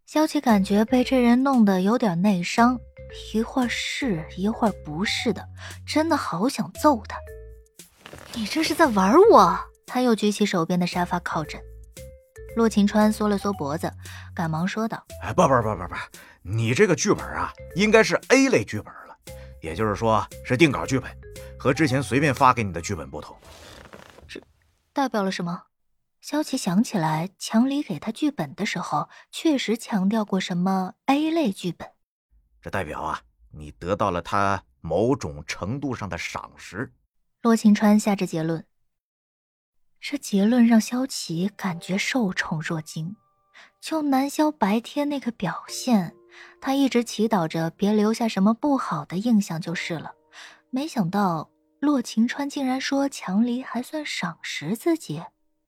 萧琪感觉被这人弄得有点内伤，一会儿是一会儿不是的，真的好想揍他。你这是在玩我？他又举起手边的沙发靠枕。洛晴川缩了缩脖子，赶忙说道： 不，你这个剧本啊，应该是 A 类剧本了，也就是说是定稿剧本，和之前随便发给你的剧本不同。 这代表了什么？萧琪想起来，强离给他剧本的时候，确实强调过什么 A 类剧本。 这代表啊，你得到了他某种程度上的赏识。 洛晴川下这结论，这结论让萧琪感觉受宠若惊。就南萧白天那个表现，他一直祈祷着别留下什么不好的印象就是了。没想到洛晴川竟然说强离还算赏识自己。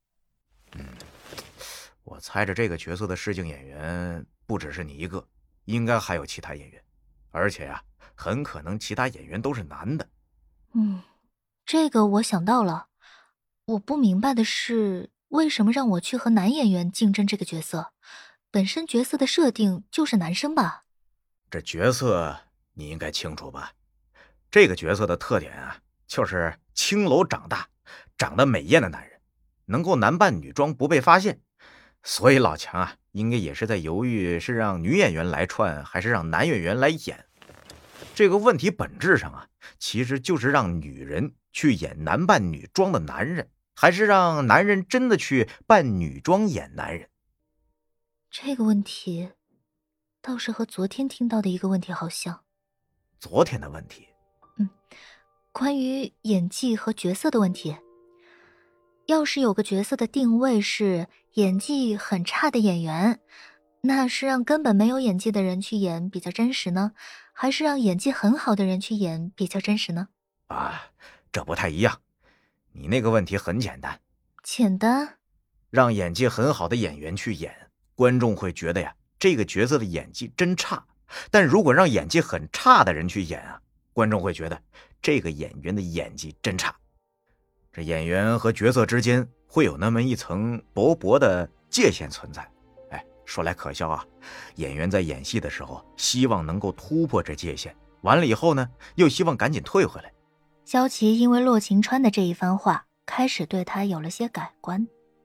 我猜着这个角色的试镜演员不只是你一个，应该还有其他演员，而且啊，很可能其他演员都是男的。 这个我想到了。我不明白的是，为什么让我去和男演员竞争这个角色？本身角色的设定就是男生吧？ 这角色你应该清楚吧？这个角色的特点啊，就是青楼长大，长得美艳的男人，能够男扮女装不被发现。所以老强啊，应该也是在犹豫是让女演员来串，还是让男演员来演。这个问题本质上啊，其实就是让女人去演男扮女装的男人，还是让男人真的去扮女装演男人。 这个问题倒是和昨天听到的一个问题好像。 昨天的问题， 关于演技和角色的问题。要是有个角色的定位是演技很差的演员，那是让根本没有演技的人去演比较真实呢，还是让演技很好的人去演比较真实呢？ 这不太一样。你那个问题很简单， 简单？ 让演技很好的演员去演，观众会觉得呀，这个角色的演技真差。但如果让演技很差的人去演啊，观众会觉得这个演员的演技真差。这演员和角色之间会有那么一层薄薄的界限存在。说来可笑啊，演员在演戏的时候希望能够突破这界限，完了以后呢，又希望赶紧退回来。 萧琪因为洛晴川的这一番话，开始对他有了些改观。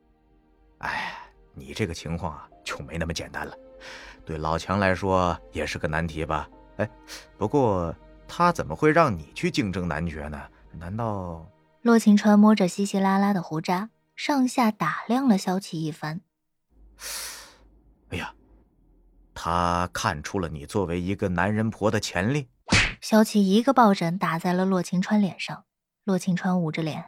你这个情况啊，就没那么简单了。对老强来说也是个难题吧？不过他怎么会让你去竞争男角呢？难道…… 洛晴川摸着稀稀拉拉的胡渣，上下打量了萧琪一番。 他看出了你作为一个男人婆的潜力。 萧琪一个抱枕打在了洛晴川脸上，洛晴川捂着脸。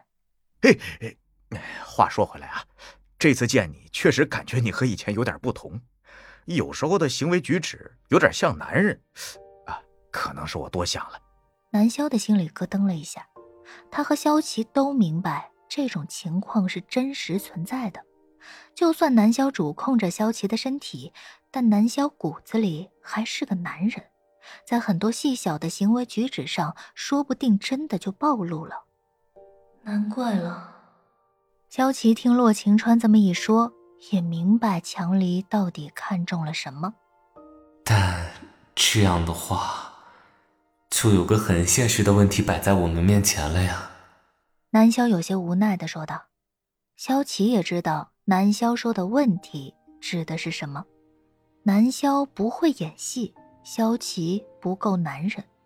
话说回来啊，这次见你确实感觉你和以前有点不同，有时候的行为举止有点像男人可能是我多想了。 南萧的心里咯噔了一下，他和萧琪都明白这种情况是真实存在的。就算南萧主控着萧琪的身体，但南萧骨子里还是个男人，在很多细小的行为举止上，说不定真的就暴露了。难怪了。萧琪听洛晴川这么一说，也明白强离到底看中了什么。 但这样的话，就有个很现实的问题摆在我们面前了呀。 南萧有些无奈地说道。萧琪也知道南萧说的问题指的是什么。南萧不会演戏，萧琪不够男人，